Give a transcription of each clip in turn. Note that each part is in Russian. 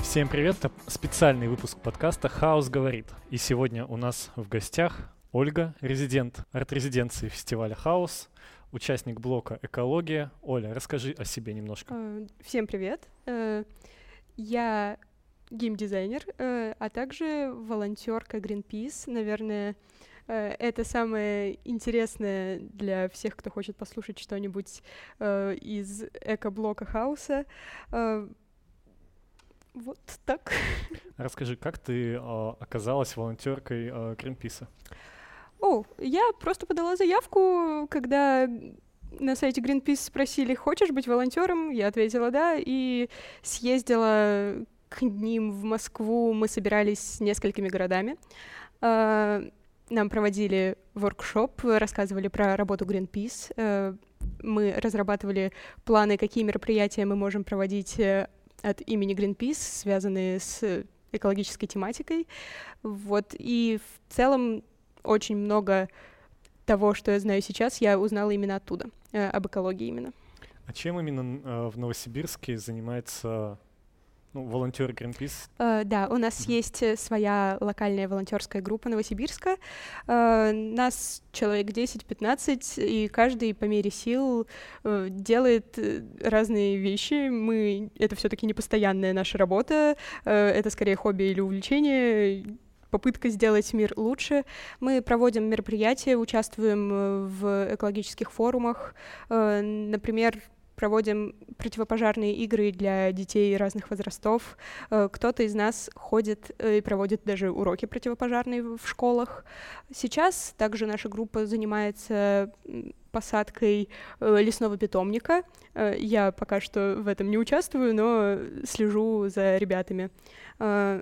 Всем привет, это специальный выпуск подкаста «Хаос говорит». И сегодня у нас в гостях Ольга, резидент арт-резиденции фестиваля «Хаос», участник блока «Экология». Оля, расскажи о себе немножко. Всем привет. Я геймдизайнер, а также волонтерка Greenpeace. Наверное, это самое интересное для всех, кто хочет послушать что-нибудь из эко-блока «Хаоса». Вот так. Расскажи, как ты оказалась волонтеркой Greenpeace? Я просто подала заявку, когда на сайте Greenpeace спросили, хочешь быть волонтером? Я ответила да, и съездила к ним в Москву. Мы собирались с несколькими городами. Нам проводили воркшоп, рассказывали про работу Greenpeace. Мы разрабатывали планы, какие мероприятия мы можем проводить от имени Greenpeace, связанные с экологической тематикой. Вот. И в целом очень много того, что я знаю сейчас, я узнала именно оттуда, об экологии именно. А чем именно в Новосибирске занимается волонтеры Greenpeace? Да, у нас есть своя локальная волонтерская группа Новосибирска. Нас человек 10-15, и каждый по мере сил делает разные вещи. Это все-таки не постоянная наша работа, это скорее хобби или увлечение, попытка сделать мир лучше. Мы проводим мероприятия, участвуем в экологических форумах. Например, проводим противопожарные игры для детей разных возрастов. Кто-то из нас ходит и проводит даже уроки противопожарные в школах. Сейчас также наша группа занимается посадкой лесного питомника. Я пока что в этом не участвую, но слежу за ребятами. В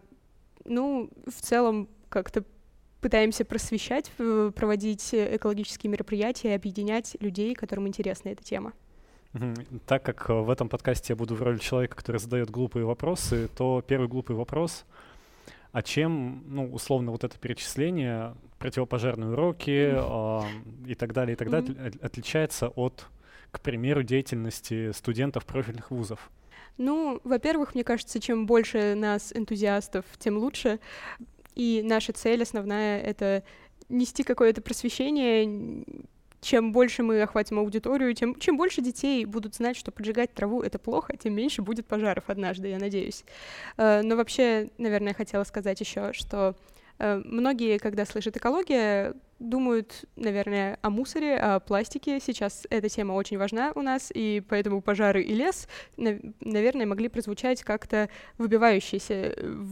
целом, как-то пытаемся просвещать, проводить экологические мероприятия, объединять людей, которым интересна эта тема. Так как в этом подкасте я буду в роли человека, который задает глупые вопросы, то первый глупый вопрос: а чем, условно, вот это перечисление, противопожарные уроки и так далее, отличается от, к примеру, деятельности студентов профильных вузов? Во-первых, мне кажется, чем больше нас, энтузиастов, тем лучше. И наша цель основная — это нести какое-то просвещение. Чем больше мы охватим аудиторию, чем больше детей будут знать, что поджигать траву — это плохо, тем меньше будет пожаров однажды, я надеюсь. Но вообще, наверное, хотела сказать еще, что многие, когда слышат экология, думают, наверное, о мусоре, о пластике. Сейчас эта тема очень важна у нас, и поэтому пожары и лес, наверное, могли прозвучать как-то выбивающиеся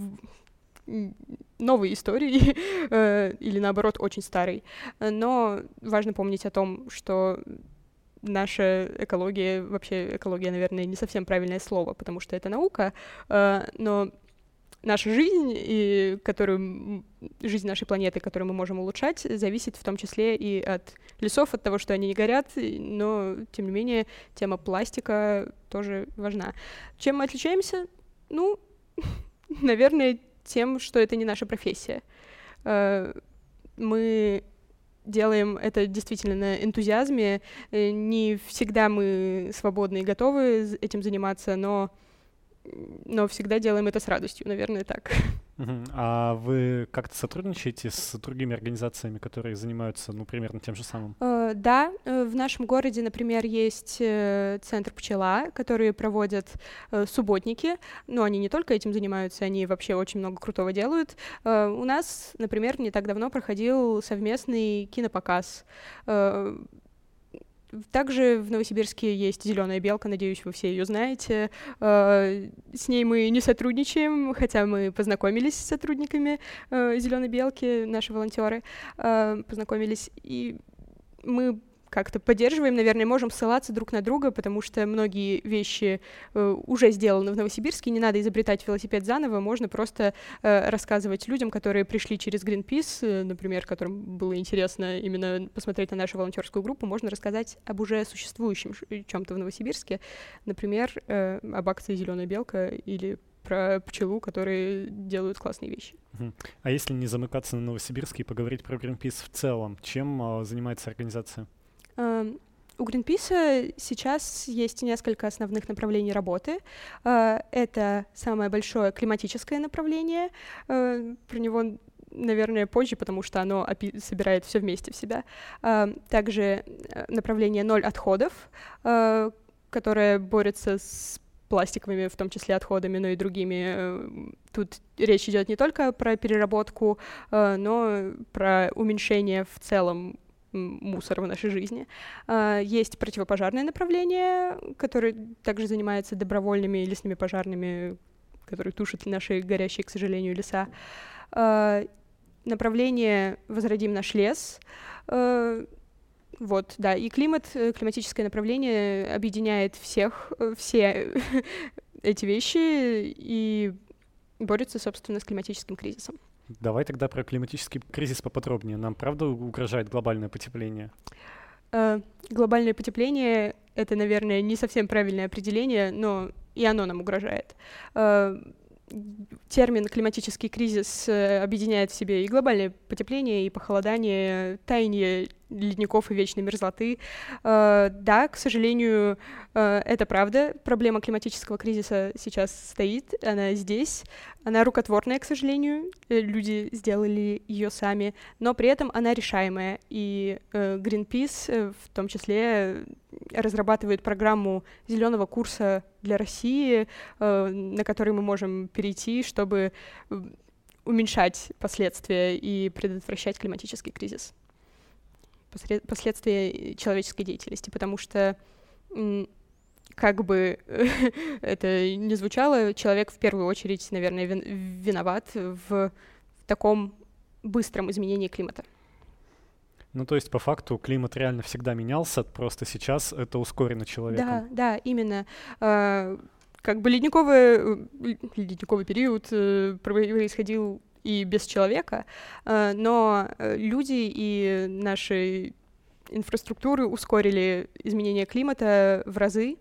новой истории или, наоборот, очень старой. Но важно помнить о том, что наша экология, вообще экология, наверное, не совсем правильное слово, потому что это наука, но наша жизнь, жизнь нашей планеты, которую мы можем улучшать, зависит в том числе и от лесов, от того, что они не горят, но, тем не менее, тема пластика тоже важна. Чем мы отличаемся? Наверное, тем, что это не наша профессия. Мы делаем это действительно на энтузиазме. Не всегда мы свободны и готовы этим заниматься, но всегда делаем это с радостью, наверное, так. А вы как-то сотрудничаете с другими организациями, которые занимаются, примерно тем же самым? Да, в нашем городе, например, есть центр «Пчела», которые проводят субботники. Они не только этим занимаются, они вообще очень много крутого делают. У нас, например, не так давно проходил совместный кинопоказ. Также в Новосибирске есть «Зеленая белка», надеюсь, вы все ее знаете. С ней мы не сотрудничаем, хотя мы познакомились с сотрудниками «Зеленой белки», наши волонтеры познакомились, и мы как-то поддерживаем, наверное, можем ссылаться друг на друга, потому что многие вещи уже сделаны в Новосибирске, не надо изобретать велосипед заново, можно просто рассказывать людям, которые пришли через Greenpeace, например, которым было интересно именно посмотреть на нашу волонтерскую группу, можно рассказать об уже существующем чем-то в Новосибирске, например, об акции «Зеленая белка» или про пчелу, которые делают классные вещи. А если не замыкаться на Новосибирске и поговорить про Greenpeace в целом, чем занимается организация? У Greenpeace сейчас есть несколько основных направлений работы. Это самое большое климатическое направление. Про него, наверное, позже, потому что оно собирает все вместе в себя. Также направление «Ноль отходов», которое борется с пластиковыми, в том числе отходами, но и другими. Тут речь идет не только про переработку, но про уменьшение в целом мусора в нашей жизни. Есть противопожарное направление, которое также занимается добровольными лесными пожарными, которые тушат наши горящие, к сожалению, леса. Направление «Возродим наш лес». Вот, да, и климатическое направление объединяет все эти вещи и борется, собственно, с климатическим кризисом. Давай тогда про климатический кризис поподробнее. Нам правда угрожает глобальное потепление? Глобальное потепление — это, наверное, не совсем правильное определение, но и оно нам угрожает. Термин «климатический кризис» объединяет в себе и глобальное потепление, и похолодание, таяние ледников и вечной мерзлоты. Да, к сожалению, это правда. Проблема климатического кризиса сейчас стоит, она здесь. Она рукотворная, к сожалению. Люди сделали ее сами, но при этом она решаемая. И Greenpeace в том числе разрабатывает программу зеленого курса для России, на который мы можем перейти, чтобы уменьшать последствия и предотвращать климатический кризис. Последствия человеческой деятельности, потому что, как бы это ни звучало, человек в первую очередь, наверное, виноват в таком быстром изменении климата. Ну, то есть, по факту, климат реально всегда менялся, просто сейчас это ускорено человеком. Да, именно. Как бы ледниковый период происходил и без человека, но люди и наши инфраструктуры ускорили изменение климата в разы.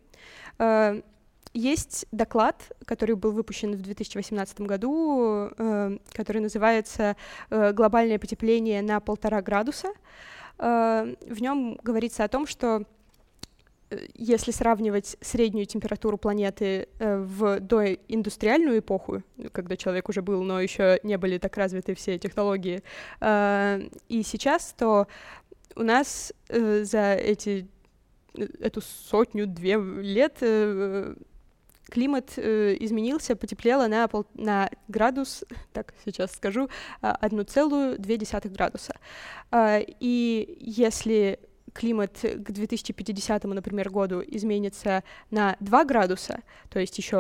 Есть доклад, который был выпущен в 2018 году, который называется «Глобальное потепление на 1,5 градуса». В нем говорится о том, что если сравнивать среднюю температуру планеты в доиндустриальную эпоху, когда человек уже был, но еще не были так развиты все технологии, и сейчас, то у нас за эту 100-2 лет климат изменился, потеплело на градус, так сейчас скажу, 1,2 градуса. И если климат к 2050, например, году изменится на 2 градуса, то есть еще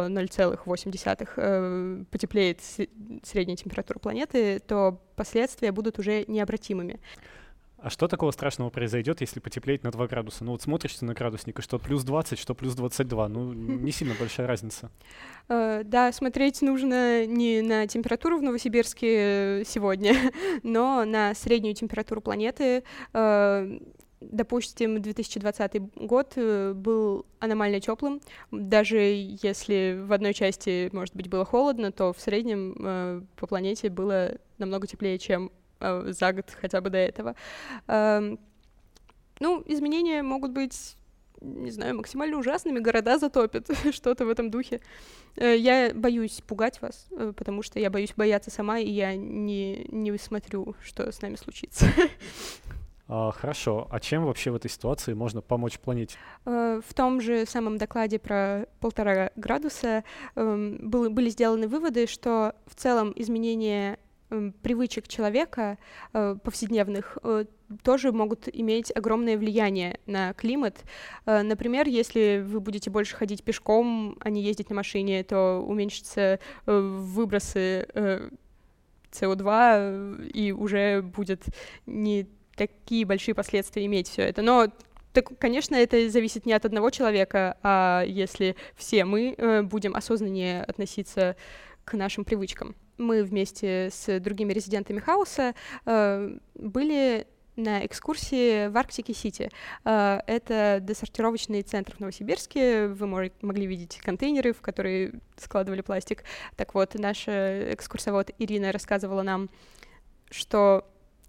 0,8 потеплеет средняя температура планеты, то последствия будут уже необратимыми. А что такого страшного произойдет, если потеплеет на 2 градуса? Ну вот смотришь ты на градусник, и что плюс 20, что плюс 22. Ну, не сильно большая разница. Да, смотреть нужно не на температуру в Новосибирске сегодня, но на среднюю температуру планеты. Допустим, 2020 год был аномально теплым. Даже если в одной части, может быть, было холодно, то в среднем по планете было намного теплее, чем за год хотя бы до этого. Изменения могут быть, не знаю, максимально ужасными, города затопят, что-то в этом духе. Я боюсь пугать вас, потому что я боюсь бояться сама, и я не смотрю, что с нами случится. Хорошо. А чем вообще в этой ситуации можно помочь планете? В том же самом докладе про 1,5 градуса были сделаны выводы, что в целом изменение привычек человека повседневных тоже могут иметь огромное влияние на климат. Например, если вы будете больше ходить пешком, а не ездить на машине, то уменьшатся выбросы СО2, и уже будет не такие большие последствия иметь все это. Но, конечно, это зависит не от одного человека, а если все мы будем осознаннее относиться к нашим привычкам. Мы вместе с другими резидентами хаоса были на экскурсии в Арктики-Сити. Это десортировочный центр в Новосибирске. Вы могли видеть контейнеры, в которые складывали пластик. Так вот, наша экскурсовод Ирина рассказывала нам, что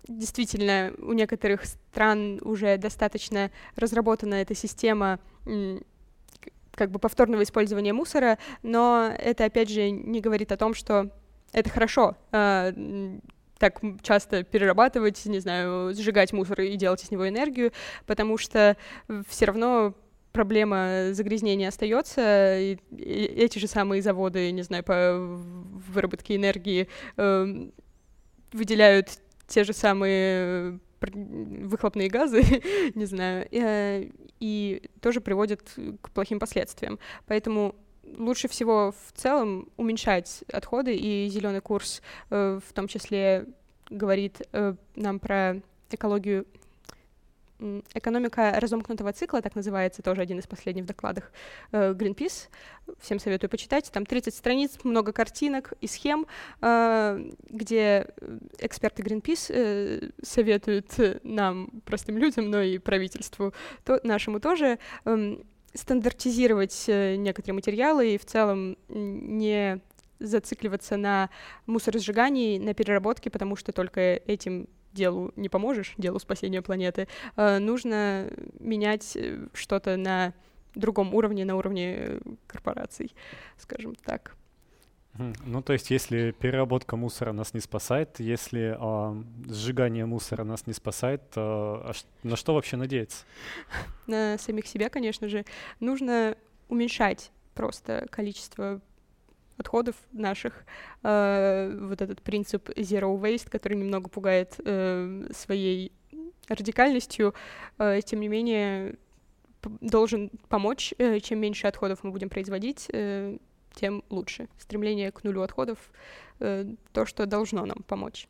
Действительно, у некоторых стран уже достаточно разработана эта система как бы повторного использования мусора, но это, опять же, не говорит о том, что это хорошо. Так часто перерабатывать, не знаю, сжигать мусор и делать из него энергию, потому что все равно проблема загрязнения остается, и эти же самые заводы, не знаю, по выработке энергии выделяют те же самые выхлопные газы, не знаю, и тоже приводят к плохим последствиям. Поэтому лучше всего в целом уменьшать отходы, и зеленый курс в том числе говорит нам про экологию. Экономика разомкнутого цикла, так называется, тоже один из последних докладов Greenpeace. Всем советую почитать. Там 30 страниц, много картинок и схем, где эксперты Greenpeace советуют нам, простым людям, но и правительству нашему тоже, стандартизировать некоторые материалы и в целом не зацикливаться на мусоросжигании, на переработке, потому что только этим делу не поможешь, делу спасения планеты. Нужно менять что-то на другом уровне, на уровне корпораций, скажем так. Ну, то есть, если переработка мусора нас не спасает, если сжигание мусора нас не спасает, на что вообще надеяться? На самих себя, конечно же. Нужно уменьшать просто количество отходов наших. Вот этот принцип zero waste, который немного пугает своей радикальностью, тем не менее должен помочь. Чем меньше отходов мы будем производить, тем лучше. Стремление к нулю отходов — то, что должно нам помочь.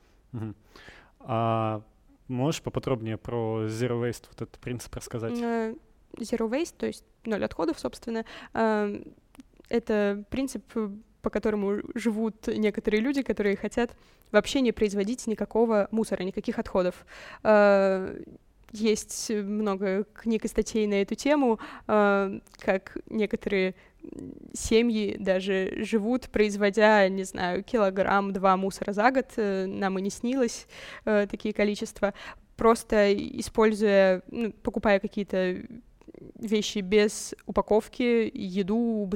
А можешь поподробнее про zero waste, вот этот принцип рассказать? Zero waste, то есть 0 отходов, собственно, это принцип, по которому живут некоторые люди, которые хотят вообще не производить никакого мусора, никаких отходов. Есть много книг и статей на эту тему, как некоторые семьи даже живут, производя, не знаю, 1-2 килограмма мусора за год. Нам и не снилось такие количества. Просто используя, покупая какие-то вещи без упаковки, еду,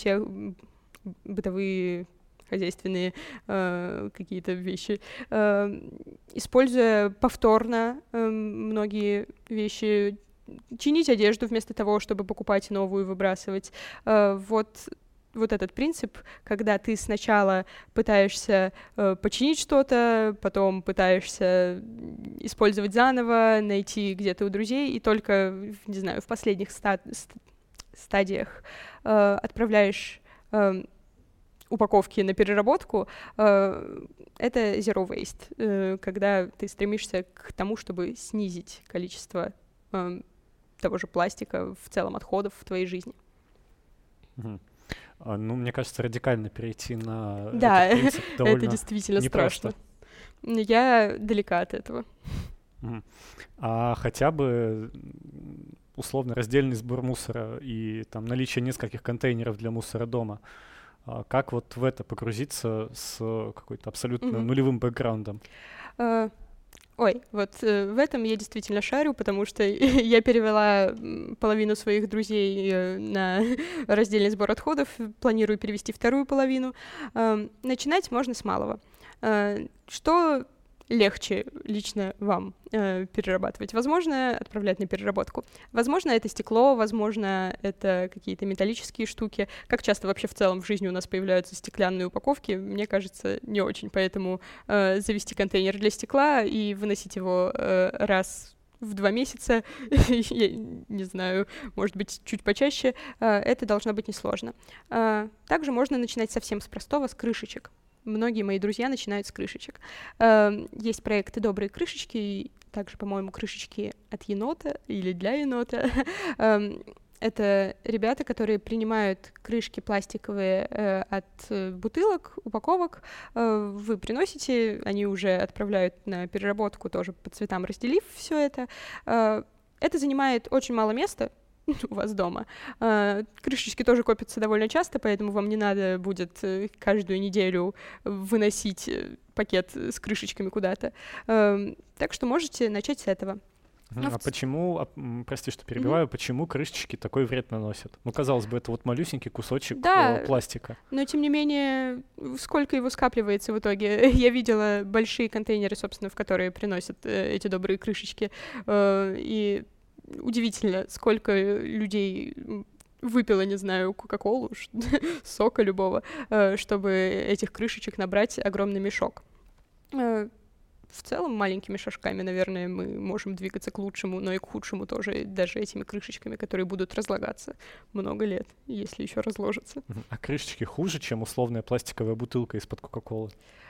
бытовые хозяйственные какие-то вещи, используя повторно многие вещи, чинить одежду вместо того, чтобы покупать новую и выбрасывать. Вот этот принцип, когда ты сначала пытаешься починить что-то, потом пытаешься использовать заново, найти где-то у друзей, и только, не знаю, в последних стадиях отправляешь упаковки на переработку, это zero waste, когда ты стремишься к тому, чтобы снизить количество того же пластика, в целом отходов в твоей жизни. Ну, мне кажется, радикально перейти на да, этот принцип довольно это действительно непросто. страшно. Я далека от этого. А хотя бы условно раздельный сбор мусора и там наличие нескольких контейнеров для мусора дома. Как вот в это погрузиться с какой-то абсолютно нулевым бэкграундом? Ой, вот в этом я действительно шарю, потому что я перевела половину своих друзей на раздельный сбор отходов, планирую перевести вторую половину. Начинать можно с малого. Что легче лично вам перерабатывать? Возможно, отправлять на переработку. Возможно, это стекло, возможно, это какие-то металлические штуки. Как часто вообще в целом в жизни у нас появляются стеклянные упаковки? Мне кажется, не очень. Поэтому завести контейнер для стекла и выносить его раз в 2 месяца, я не знаю, может быть, чуть почаще, это должно быть несложно. Также можно начинать совсем с простого, с крышечек. Многие мои друзья начинают с крышечек. Есть проекты «Добрые крышечки», и также, по-моему, крышечки от енота или для енота. Это ребята, которые принимают крышки пластиковые от бутылок, упаковок. Вы приносите, они уже отправляют на переработку, тоже по цветам разделив все это. Это занимает очень мало места, у вас дома. Крышечки тоже копятся довольно часто, поэтому вам не надо будет каждую неделю выносить пакет с крышечками куда-то. Так что можете начать с этого. Почему, прости, что перебиваю, почему крышечки такой вред наносят? Ну, казалось бы, это вот малюсенький кусочек пластика. Но, тем не менее, сколько его скапливается в итоге? Я видела большие контейнеры, собственно, в которые приносят эти добрые крышечки, и удивительно, сколько людей выпила, не знаю, кока-колу, сока любого, чтобы этих крышечек набрать огромный мешок. В целом, маленькими шажками, наверное, мы можем двигаться к лучшему, но и к худшему тоже, даже этими крышечками, которые будут разлагаться много лет, если еще разложатся. А крышечки хуже, чем условная пластиковая бутылка из-под кока-колы?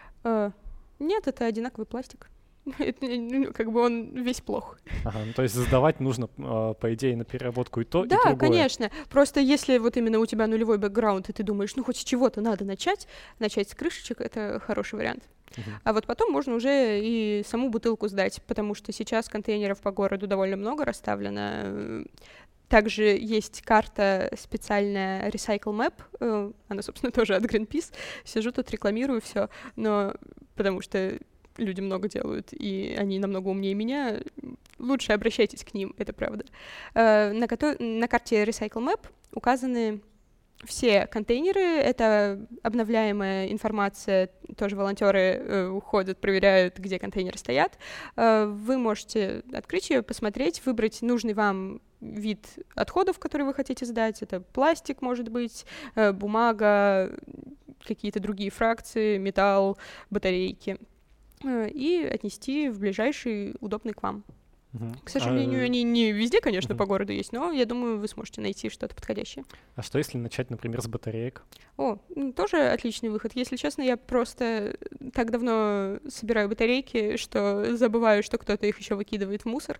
Нет, это одинаковый пластик. Как бы он весь плох. Ну, то есть сдавать нужно, по идее, на переработку и то, и другое. Да, конечно. Просто если вот именно у тебя нулевой бэкграунд, и ты думаешь, ну хоть с чего-то надо начать с крышечек, это хороший вариант. А вот потом можно уже и саму бутылку сдать, потому что сейчас контейнеров по городу довольно много расставлено. Также есть карта специальная Recycle Map, она, собственно, тоже от Greenpeace. Сижу тут, рекламирую все, но потому что люди много делают, и они намного умнее меня. Лучше обращайтесь к ним, это правда. На карте Recycle Map указаны все контейнеры, это обновляемая информация, тоже волонтеры уходят, проверяют, где контейнеры стоят. Вы можете открыть ее, посмотреть, выбрать нужный вам вид отходов, которые вы хотите сдать. Это пластик, может быть, бумага, какие-то другие фракции, металл, батарейки. И отнести в ближайший удобный к вам. К сожалению, они не везде, конечно, по городу есть, но я думаю, вы сможете найти что-то подходящее. А что, если начать, например, с батареек? Тоже отличный выход. Если честно, я просто так давно собираю батарейки, что забываю, что кто-то их еще выкидывает в мусор.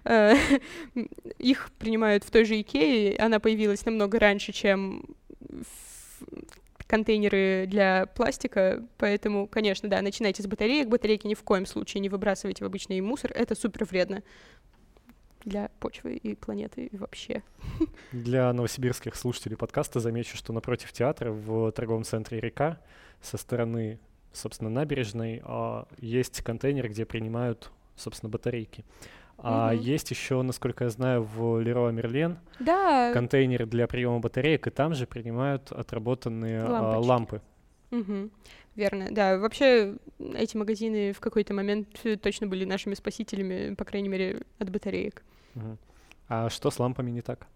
Их принимают в той же Икее, она появилась намного раньше, чем контейнеры для пластика, поэтому, конечно, да, начинайте с батареек. Батарейки ни в коем случае не выбрасывайте в обычный мусор, это супер вредно для почвы и планеты и вообще. Для новосибирских слушателей подкаста замечу, что напротив театра в торговом центре «Река» со стороны, собственно, набережной есть контейнер, где принимают, собственно, батарейки. А есть еще, насколько я знаю, в Леруа Мерлен контейнеры для приема батареек, и там же принимают отработанные лампы. Верно, да. Вообще эти магазины в какой-то момент точно были нашими спасителями, по крайней мере, от батареек. А что с лампами не так?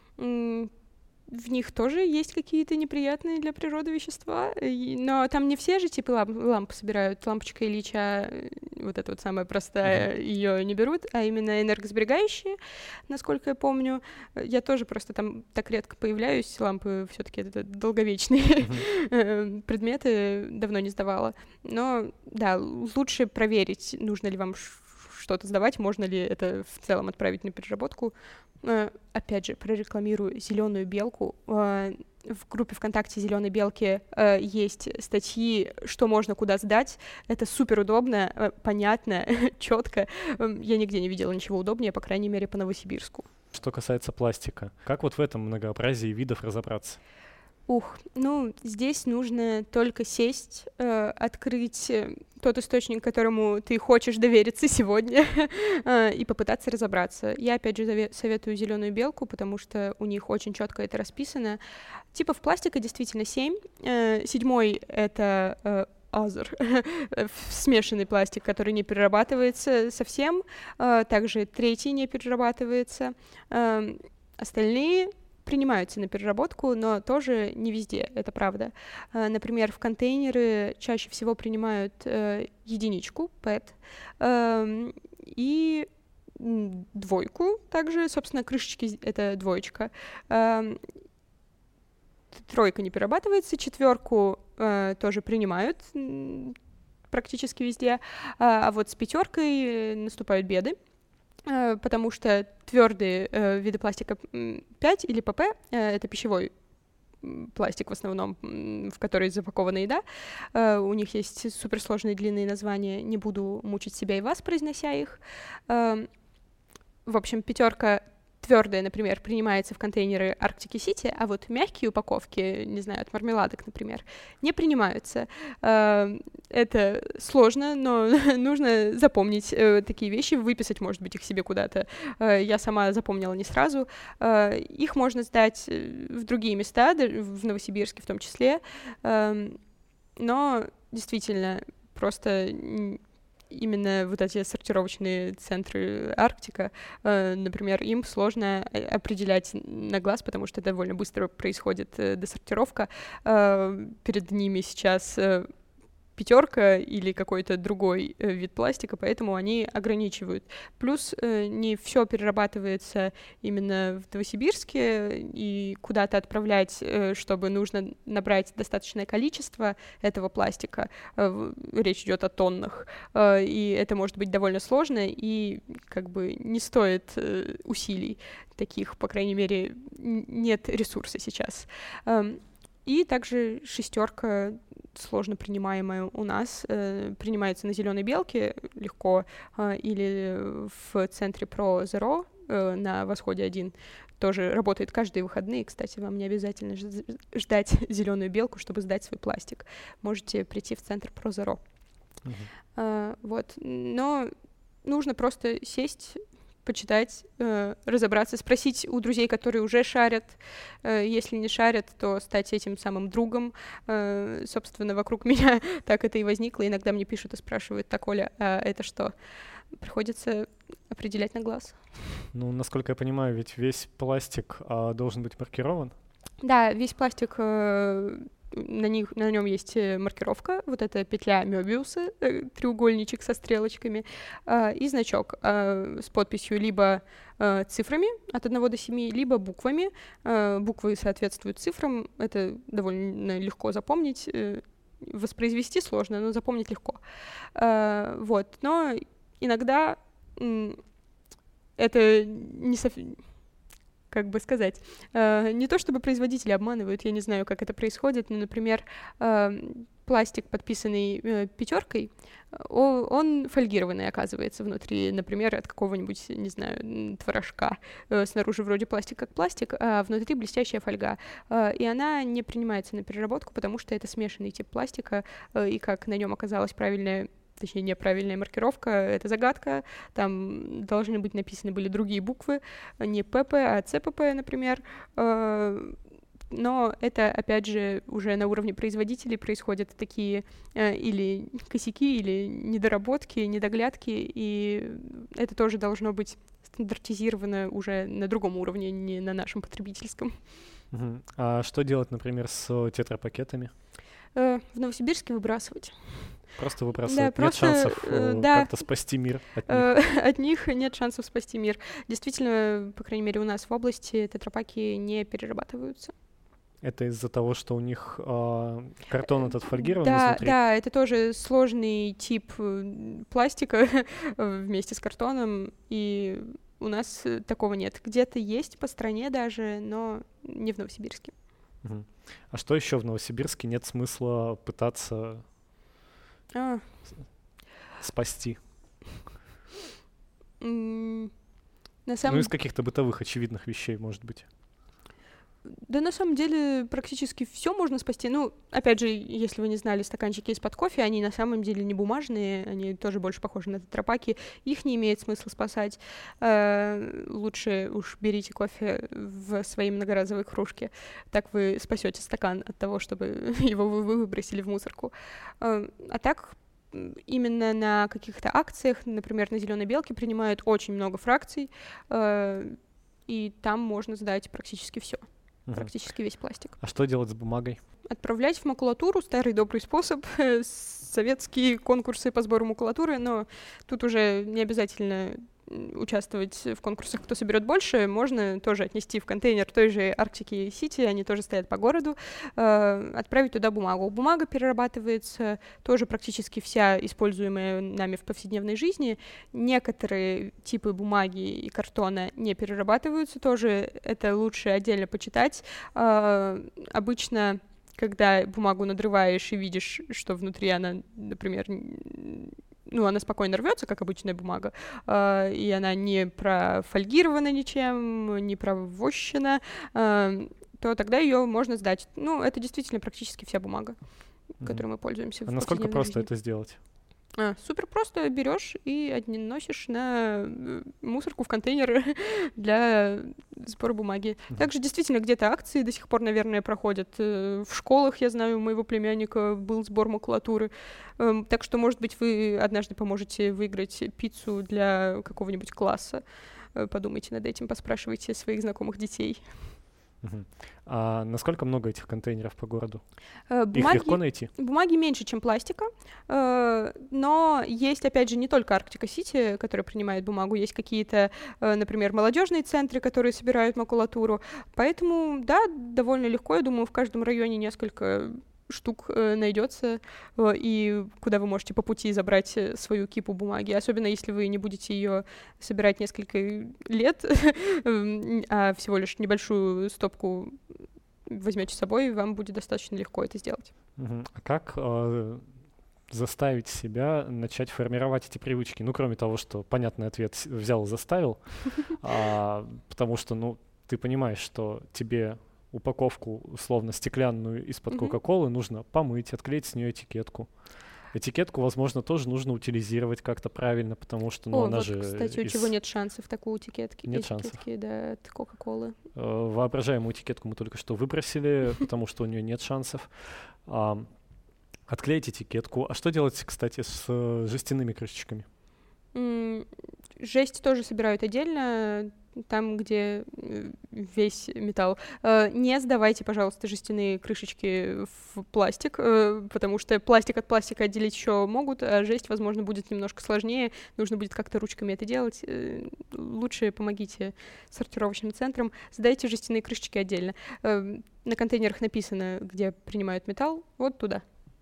В них тоже есть какие-то неприятные для природы вещества, но там не все же типы ламп собирают. Лампочка Ильича, вот эта вот самая простая, ее не берут, а именно энергосберегающие, насколько я помню. Я тоже просто там так редко появляюсь, лампы все-таки это долговечные предметы, давно не сдавала. Но да, лучше проверить, нужно ли вам что-то сдавать, можно ли это в целом отправить на переработку. Опять же, прорекламирую «Зеленую белку». В группе ВКонтакте «Зеленой белки» есть статьи, что можно куда сдать. Это супер удобно, понятно, четко. Я нигде не видела ничего удобнее, по крайней мере, по Новосибирску. Что касается пластика, как вот в этом многообразии видов разобраться? Здесь нужно только сесть, открыть тот источник, которому ты хочешь довериться сегодня, и попытаться разобраться. Я, опять же, советую «Зеленую белку», потому что у них очень четко это расписано. Типов пластика действительно 7. 7-й — это азер, смешанный пластик, который не перерабатывается совсем. Также 3-й не перерабатывается. Остальные принимаются на переработку, но тоже не везде, это правда. Например, в контейнеры чаще всего принимают 1, PET, и 2 также, собственно, крышечки — это 2. 3 не перерабатывается, 4 тоже принимают практически везде, а вот с 5 наступают беды, потому что твердые виды пластика 5 или ПП — это пищевой пластик в основном, в который запакована еда. У них есть суперсложные длинные названия, не буду мучить себя и вас, произнося их. В общем, 5 твердое, например, принимается в контейнеры Arctic City, а вот мягкие упаковки, не знаю, от мармеладок, например, не принимаются. Это сложно, но нужно запомнить такие вещи, выписать, может быть, их себе куда-то. Я сама запомнила не сразу. Их можно сдать в другие места, в Новосибирске в том числе, но действительно просто именно вот эти сортировочные центры Арктика, например, им сложно определять на глаз, потому что довольно быстро происходит десортировка. Перед ними сейчас пятерка или какой-то другой вид пластика, поэтому они ограничивают. Плюс не все перерабатывается именно в Новосибирске, и куда-то отправлять, чтобы нужно набрать достаточное количество этого пластика. Речь идет о тоннах, и это может быть довольно сложно, и как бы не стоит усилий таких, по крайней мере, нет ресурса сейчас. И также шестерка, сложно принимаемая у нас, принимается на зеленой белке легко, или в центре Pro Zero на Восходе 1 тоже работает каждые выходные. Кстати, вам не обязательно ждать зеленую белку, чтобы сдать свой пластик. Можете прийти в центр Pro Zero. Вот. Но нужно просто сесть, почитать, разобраться, спросить у друзей, которые уже шарят. Если не шарят, то стать этим самым другом. Собственно, вокруг меня так это и возникло. Иногда мне пишут и спрашивают: так, Оля, а это что? Приходится определять на глаз. Ну, насколько я понимаю, ведь весь пластик должен быть маркирован? Да, весь пластик, на нем есть маркировка, вот эта петля Мёбиуса, треугольничек со стрелочками, и значок с подписью либо цифрами от 1 до 7, либо буквами. Буквы соответствуют цифрам, это довольно легко запомнить, воспроизвести сложно, но запомнить легко. Вот, но иногда это не совсем... Как бы сказать, не то чтобы производители обманывают, я не знаю, как это происходит, но, например, пластик, подписанный пятеркой, он фольгированный оказывается внутри, например, от какого-нибудь, не знаю, творожка. Снаружи вроде пластик как пластик, а внутри блестящая фольга. И она не принимается на переработку, потому что это смешанный тип пластика, и как на нем оказалась правильная, точнее, неправильная маркировка, это загадка, там должны быть написаны были другие буквы, не ПП, а ЦПП, например, но это, опять же, уже на уровне производителей происходят такие или косяки, или недоработки, недоглядки, и это тоже должно быть стандартизировано уже на другом уровне, не на нашем потребительском. А что делать, например, с тетрапакетами? В Новосибирске выбрасывать. Просто выбрасывать. Да, нет шансов как-то спасти мир от них? От них нет шансов спасти мир. Действительно, по крайней мере, у нас в области тетрапаки не перерабатываются. Это из-за того, что у них картон этот фольгирован изнутри? Да, это тоже сложный тип пластика вместе с картоном, и у нас такого нет. Где-то есть по стране даже, но не в Новосибирске. А что еще в Новосибирске нет смысла пытаться спасти? Из каких-то бытовых очевидных вещей, может быть. Да, на самом деле, практически все можно спасти. Ну, опять же, если вы не знали, стаканчики из-под кофе, они на самом деле не бумажные, они тоже больше похожи на тетрапаки. Их не имеет смысла спасать. Лучше уж берите кофе в своей многоразовой кружке. Так вы спасете стакан от того, чтобы его вы выбросили в мусорку. А так, именно на каких-то акциях, например, на «Зеленой белке» принимают очень много фракций, и там можно сдать практически все. Практически весь пластик. А что делать с бумагой? Отправлять в макулатуру, старый добрый способ, советские конкурсы по сбору макулатуры, но тут уже не обязательно участвовать в конкурсах, кто соберет больше, можно тоже отнести в контейнер той же Arctic City, они тоже стоят по городу, отправить туда бумагу. Бумага перерабатывается тоже практически вся, используемая нами в повседневной жизни. Некоторые типы бумаги и картона не перерабатываются тоже, это лучше отдельно почитать. Обычно, когда бумагу надрываешь и видишь, что внутри она, например, она спокойно рвется, как обычная бумага, и она не профольгирована ничем, не провощена, то тогда ее можно сдать. Это действительно практически вся бумага, которой мы пользуемся в насколько просто жизни. это сделать? Супер просто берешь и носишь на мусорку в контейнер для сбора бумаги. Также действительно где-то акции до сих пор, наверное, проходят. В школах, я знаю, у моего племянника был сбор макулатуры. Так что, может быть, вы однажды поможете выиграть пиццу для какого-нибудь класса. Подумайте над этим, поспрашивайте своих знакомых детей. А насколько много этих контейнеров по городу? Их легко найти? Бумаги меньше, чем пластика, но есть, опять же, не только Арктика-Сити, которая принимает бумагу, есть какие-то, например, молодежные центры, которые собирают макулатуру, поэтому, да, довольно легко, я думаю, в каждом районе несколько штук найдется, и куда вы можете по пути забрать свою кипу бумаги, особенно если вы не будете ее собирать несколько лет, а всего лишь небольшую стопку возьмете с собой, вам будет достаточно легко это сделать. А как заставить себя начать формировать эти привычки? Кроме того, что понятный ответ взял и заставил, потому что, ты понимаешь, что тебе упаковку, условно, стеклянную из-под Кока-Колы нужно помыть, отклеить с нее этикетку. Этикетку, возможно, тоже нужно утилизировать как-то правильно, потому что, она же... кстати, у чего нет шансов такой этикетки? Нет шансов. Да, от Кока-Колы. Воображаемую этикетку мы только что выбросили, потому что у нее нет шансов. Отклеить этикетку. А что делать, кстати, с жестяными крышечками? Жесть тоже собирают отдельно, там, где весь металл. Не сдавайте, пожалуйста, жестяные крышечки в пластик, потому что пластик от пластика отделить еще могут, а жесть, возможно, будет немножко сложнее, нужно будет как-то ручками это делать. Лучше помогите сортировочным центрам, сдайте жестяные крышечки отдельно. На контейнерах написано, где принимают металл, вот туда.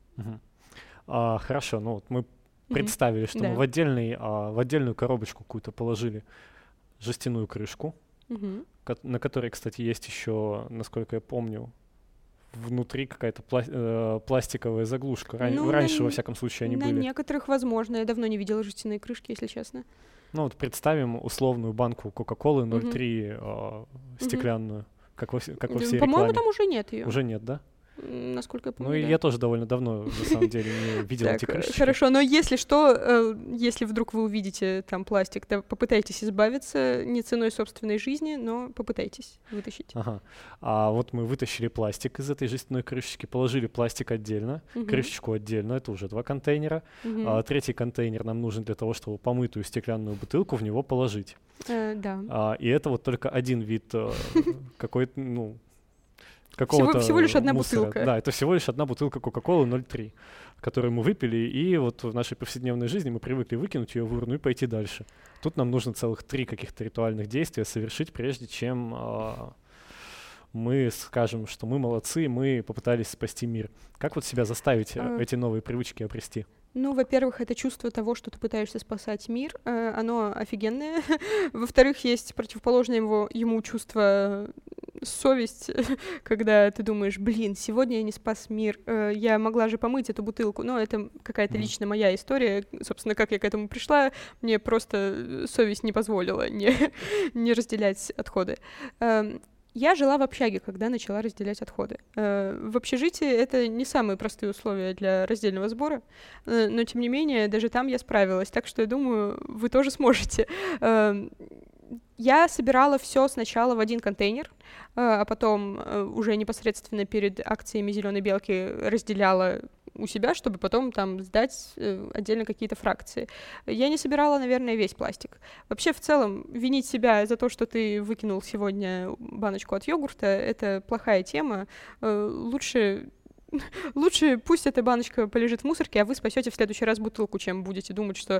Хорошо, мы представили, что мы в отдельную коробочку какую-то положили жестяную крышку, на которой, кстати, есть еще, насколько я помню, внутри какая-то пластиковая заглушка. Раньше, во всяком случае, они были. На некоторых, возможно. Я давно не видела жестяные крышки, если честно. Представим условную банку Кока-Колы 0,3 стеклянную, как во всей рекламе. По-моему, там уже нет ее. Уже нет, да? Насколько я помню, я тоже довольно давно, на самом деле, не видел эти крышечки. Хорошо, но если что, если вдруг вы увидите там пластик, то попытайтесь избавиться не ценой собственной жизни, но попытайтесь вытащить. А вот мы вытащили пластик из этой жестяной крышечки, положили пластик отдельно, крышечку отдельно, это уже 2 контейнера. Третий контейнер нам нужен для того, чтобы помытую стеклянную бутылку в него положить. Да. И это вот только один вид какой-то, какого-то всего лишь одна мусора. бутылка. Да, это всего лишь одна бутылка Кока-Колы 0,3, которую мы выпили, и вот в нашей повседневной жизни мы привыкли выкинуть ее в урну и пойти дальше. Тут нам нужно целых 3 каких-то ритуальных действия совершить, прежде чем мы скажем, что мы молодцы, мы попытались спасти мир. Как вот себя заставить эти новые привычки обрести? Во-первых, это чувство того, что ты пытаешься спасать мир, оно офигенное. Во-вторых, есть противоположное ему чувство совесть, когда ты думаешь, сегодня я не спас мир, я могла же помыть эту бутылку, но это какая-то лично моя история, собственно, как я к этому пришла, мне просто совесть не позволила не разделять отходы. Я жила в общаге, когда начала разделять отходы. В общежитии это не самые простые условия для раздельного сбора, но, тем не менее, даже там я справилась, так что я думаю, вы тоже сможете. Я собирала все сначала в один контейнер, а потом уже непосредственно перед акциями «Зеленой белки» разделяла у себя, чтобы потом там сдать отдельно какие-то фракции. Я не собирала, наверное, весь пластик. Вообще, в целом, винить себя за то, что ты выкинул сегодня баночку от йогурта, это плохая тема. Лучше пусть эта баночка полежит в мусорке, а вы спасете в следующий раз бутылку, чем будете думать, что,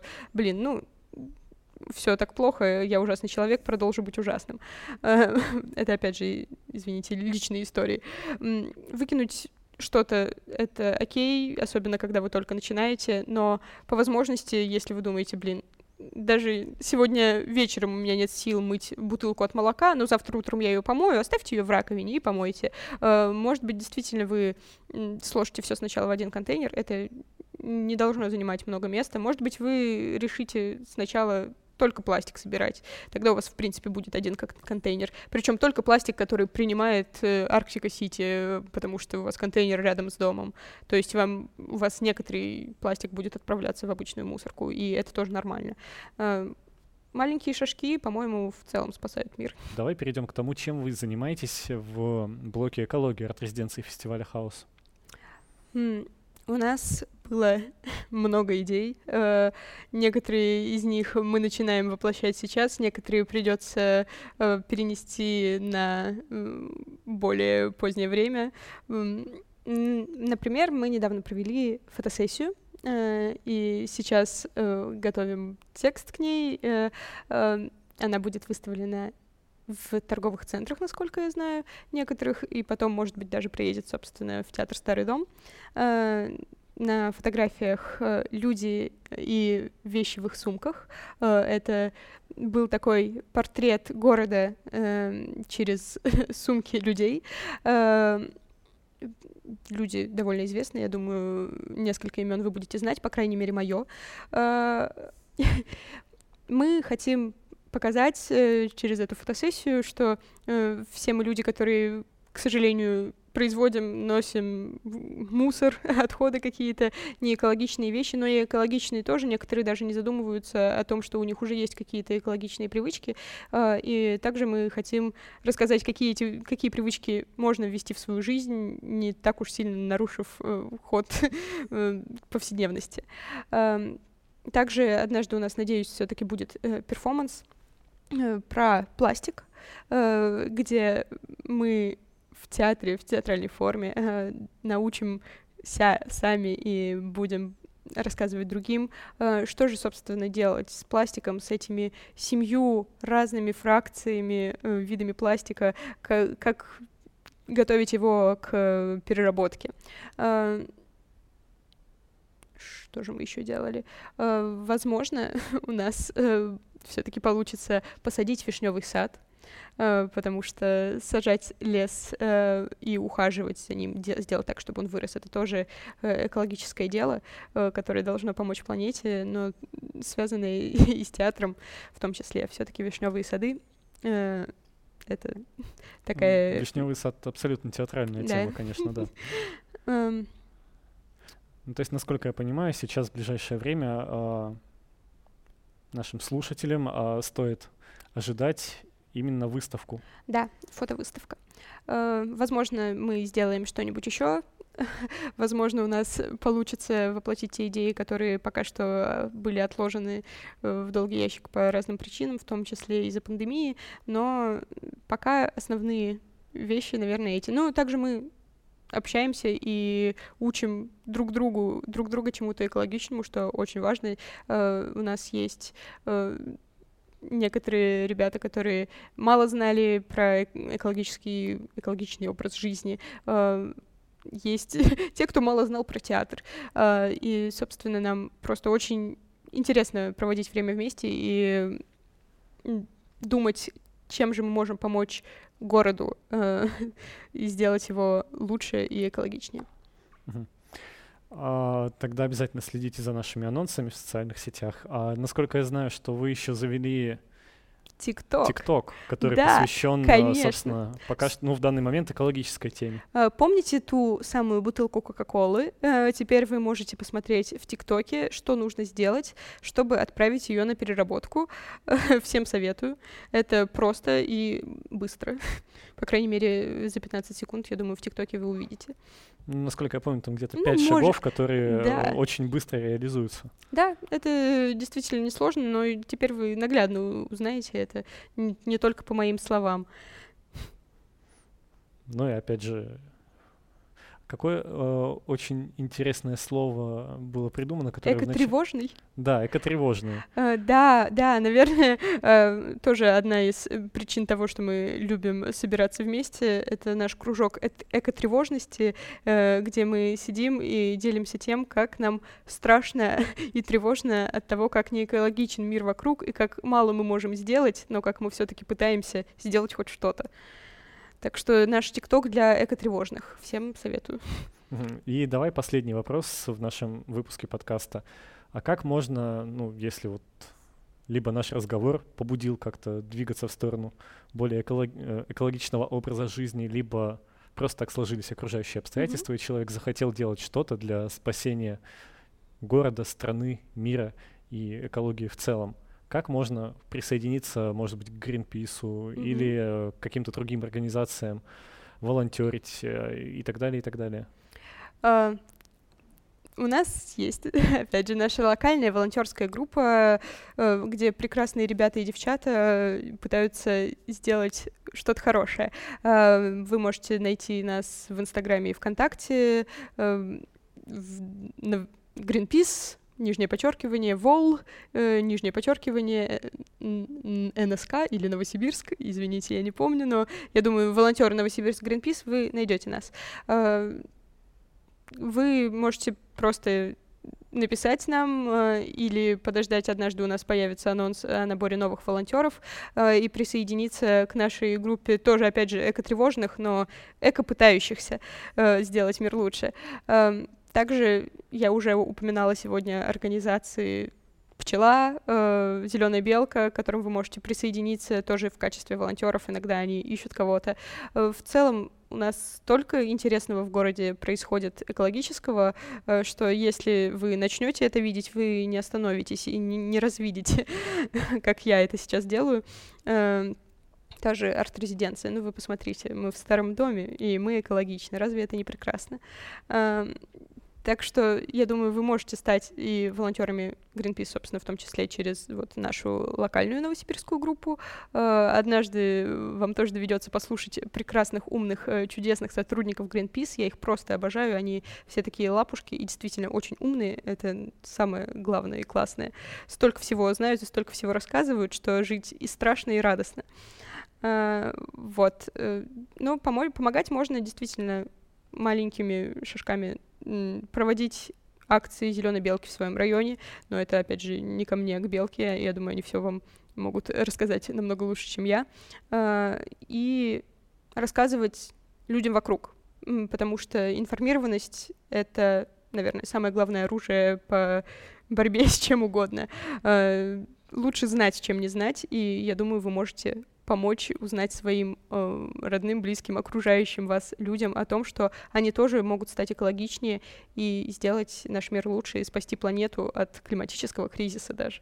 все так плохо, я ужасный человек, продолжу быть ужасным. Это, опять же, извините, личные истории. Выкинуть что-то — это окей, особенно когда вы только начинаете, но по возможности, если вы думаете, даже сегодня вечером у меня нет сил мыть бутылку от молока, но завтра утром я ее помою, оставьте ее в раковине и помойте. Может быть, действительно вы сложите все сначала в один контейнер, это не должно занимать много места. Может быть, вы решите сначала только пластик собирать. Тогда у вас, в принципе, будет один контейнер. Причем только пластик, который принимает Арктика Сити, потому что у вас контейнер рядом с домом. То есть у вас некоторый пластик будет отправляться в обычную мусорку, и это тоже нормально. Маленькие шажки, по-моему, в целом спасают мир. Давай перейдем к тому, чем вы занимаетесь в блоке экологии арт-резиденции фестиваля «Хаос». У нас было много идей. Некоторые из них мы начинаем воплощать сейчас, некоторые придется перенести на более позднее время. Например, мы недавно провели фотосессию, и сейчас готовим текст к ней. Она будет выставлена в торговых центрах, насколько я знаю, некоторых, и потом, может быть, даже приедет, собственно, в театр «Старый дом». На фотографиях люди и вещи в их сумках. Это был такой портрет города через сумки людей. Люди довольно известные, я думаю, несколько имен вы будете знать, по крайней мере, мое. Мы хотим показать через эту фотосессию, что все мы люди, которые, к сожалению, производим, носим мусор, отходы какие-то, не экологичные вещи, но и экологичные тоже. Некоторые даже не задумываются о том, что у них уже есть какие-то экологичные привычки. И также мы хотим рассказать, какие привычки можно ввести в свою жизнь, не так уж сильно нарушив ход повседневности. Также однажды у нас, надеюсь, все-таки будет перформанс про пластик, где мы в театре, в театральной форме научимся сами и будем рассказывать другим, что же, собственно, делать с пластиком, с этими 7 разными фракциями, видами пластика, как готовить его к переработке. Что же мы еще делали? Возможно, у нас все-таки получится посадить вишневый сад, потому что сажать лес и ухаживать за ним, сделать так, чтобы он вырос, это тоже экологическое дело, которое должно помочь планете, но связанное и с театром в том числе. Все-таки вишневые сады это такая... Вишневый сад — абсолютно театральная тема, конечно, да. То есть, насколько я понимаю, сейчас в ближайшее время нашим слушателям стоит ожидать именно выставку. Да, фотовыставка. Возможно, мы сделаем что-нибудь еще. Возможно, у нас получится воплотить те идеи, которые пока что были отложены в долгий ящик по разным причинам, в том числе из-за пандемии. Но пока основные вещи, наверное, эти. Ну, также мы общаемся и учим друг друга чему-то экологичному, что очень важно. У нас есть некоторые ребята, которые мало знали про экологичный образ жизни. Есть те, кто мало знал про театр. И, собственно, нам просто очень интересно проводить время вместе и думать, чем же мы можем помочь городу и сделать его лучше и экологичнее. Тогда обязательно следите за нашими анонсами в социальных сетях. Насколько я знаю, что вы еще завели ТикТок, который посвящен, собственно, пока что, в данный момент экологической теме. Помните ту самую бутылку Кока-Колы? Теперь вы можете посмотреть в ТикТоке, что нужно сделать, чтобы отправить ее на переработку. Всем советую. Это просто и быстро. По крайней мере, за 15 секунд, я думаю, в ТикТоке вы увидите. Насколько я помню, там где-то 5 шагов, которые очень быстро реализуются. Да, это действительно несложно, но теперь вы наглядно узнаете это, не только по моим словам. Ну и опять же, какое очень интересное слово было придумано, которое... Экотревожный? Да, экотревожный. Да, наверное, тоже одна из причин того, что мы любим собираться вместе, это наш кружок экотревожности, где мы сидим и делимся тем, как нам страшно и тревожно от того, как не экологичен мир вокруг и как мало мы можем сделать, но как мы все-таки пытаемся сделать хоть что-то. Так что наш ТикТок для экотревожных. Всем советую. И давай последний вопрос в нашем выпуске подкаста. А как можно, если вот либо наш разговор побудил как-то двигаться в сторону более экологичного образа жизни, либо просто так сложились окружающие обстоятельства, и человек захотел делать что-то для спасения города, страны, мира и экологии в целом. Как можно присоединиться, может быть, к Гринпису или к каким-то другим организациям, волонтерить и так далее, и так далее? У нас есть, опять же, наша локальная волонтерская группа, где прекрасные ребята и девчата пытаются сделать что-то хорошее. Вы можете найти нас в Инстаграме и ВКонтакте, Greenpeace, нижнее подчеркивание, ВОЛ, нижнее подчеркивание, НСК или Новосибирск, извините, я не помню, но я думаю, волонтеры Новосибирск Greenpeace, вы найдете нас. Вы можете просто написать нам или подождать, однажды у нас появится анонс о наборе новых волонтеров и присоединиться к нашей группе тоже, опять же, экотревожных, но эко-пытающихся сделать мир лучше. Также я уже упоминала сегодня организации «Пчела», «Зеленая белка», к которым вы можете присоединиться тоже в качестве волонтеров. Иногда они ищут кого-то. В целом у нас столько интересного в городе происходит экологического, что если вы начнете это видеть, вы не остановитесь и не развидите, как я это сейчас делаю. Та же арт-резиденция. Вы посмотрите, мы в старом доме, и мы экологичны. Разве это не прекрасно? Так что, я думаю, вы можете стать и волонтерами Greenpeace, собственно, в том числе через нашу локальную новосибирскую группу. Однажды вам тоже доведется послушать прекрасных, умных, чудесных сотрудников Greenpeace. Я их просто обожаю. Они все такие лапушки и действительно очень умные. Это самое главное и классное. Столько всего знают и столько всего рассказывают, что жить и страшно, и радостно. Но помогать можно действительно маленькими шажками, проводить акции зеленой белки в своем районе, но это, опять же, не ко мне, а к белке. Я думаю, они все вам могут рассказать намного лучше, чем я. И рассказывать людям вокруг, потому что информированность — это, наверное, самое главное оружие по борьбе с чем угодно. Лучше знать, чем не знать, и я думаю, вы можете помочь узнать своим родным, близким, окружающим вас людям о том, что они тоже могут стать экологичнее и сделать наш мир лучше, и спасти планету от климатического кризиса даже.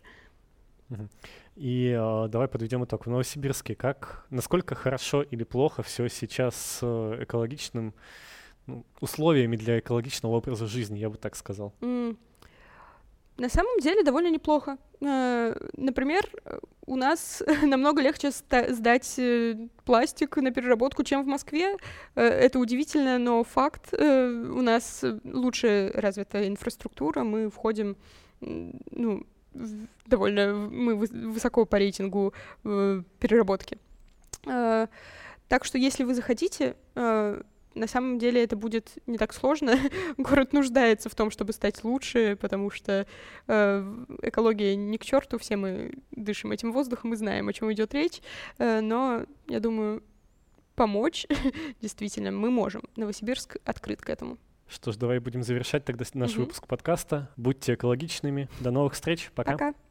И давай подведем итог. В Новосибирске насколько хорошо или плохо все сейчас с экологичным условиями для экологичного образа жизни, я бы так сказал? На самом деле довольно неплохо. Например, у нас намного легче сдать пластик на переработку, чем в Москве. Это удивительно, но факт. У нас лучше развита инфраструктура, мы входим, мы высоко по рейтингу переработки. Так что если вы захотите, на самом деле это будет не так сложно. Город нуждается в том, чтобы стать лучше, потому что экология не к черту, все мы дышим этим воздухом и знаем, о чем идет речь. Но, я думаю, помочь действительно мы можем. Новосибирск открыт к этому. Что ж, давай будем завершать тогда наш выпуск подкаста. Будьте экологичными. До новых встреч. Пока. Пока.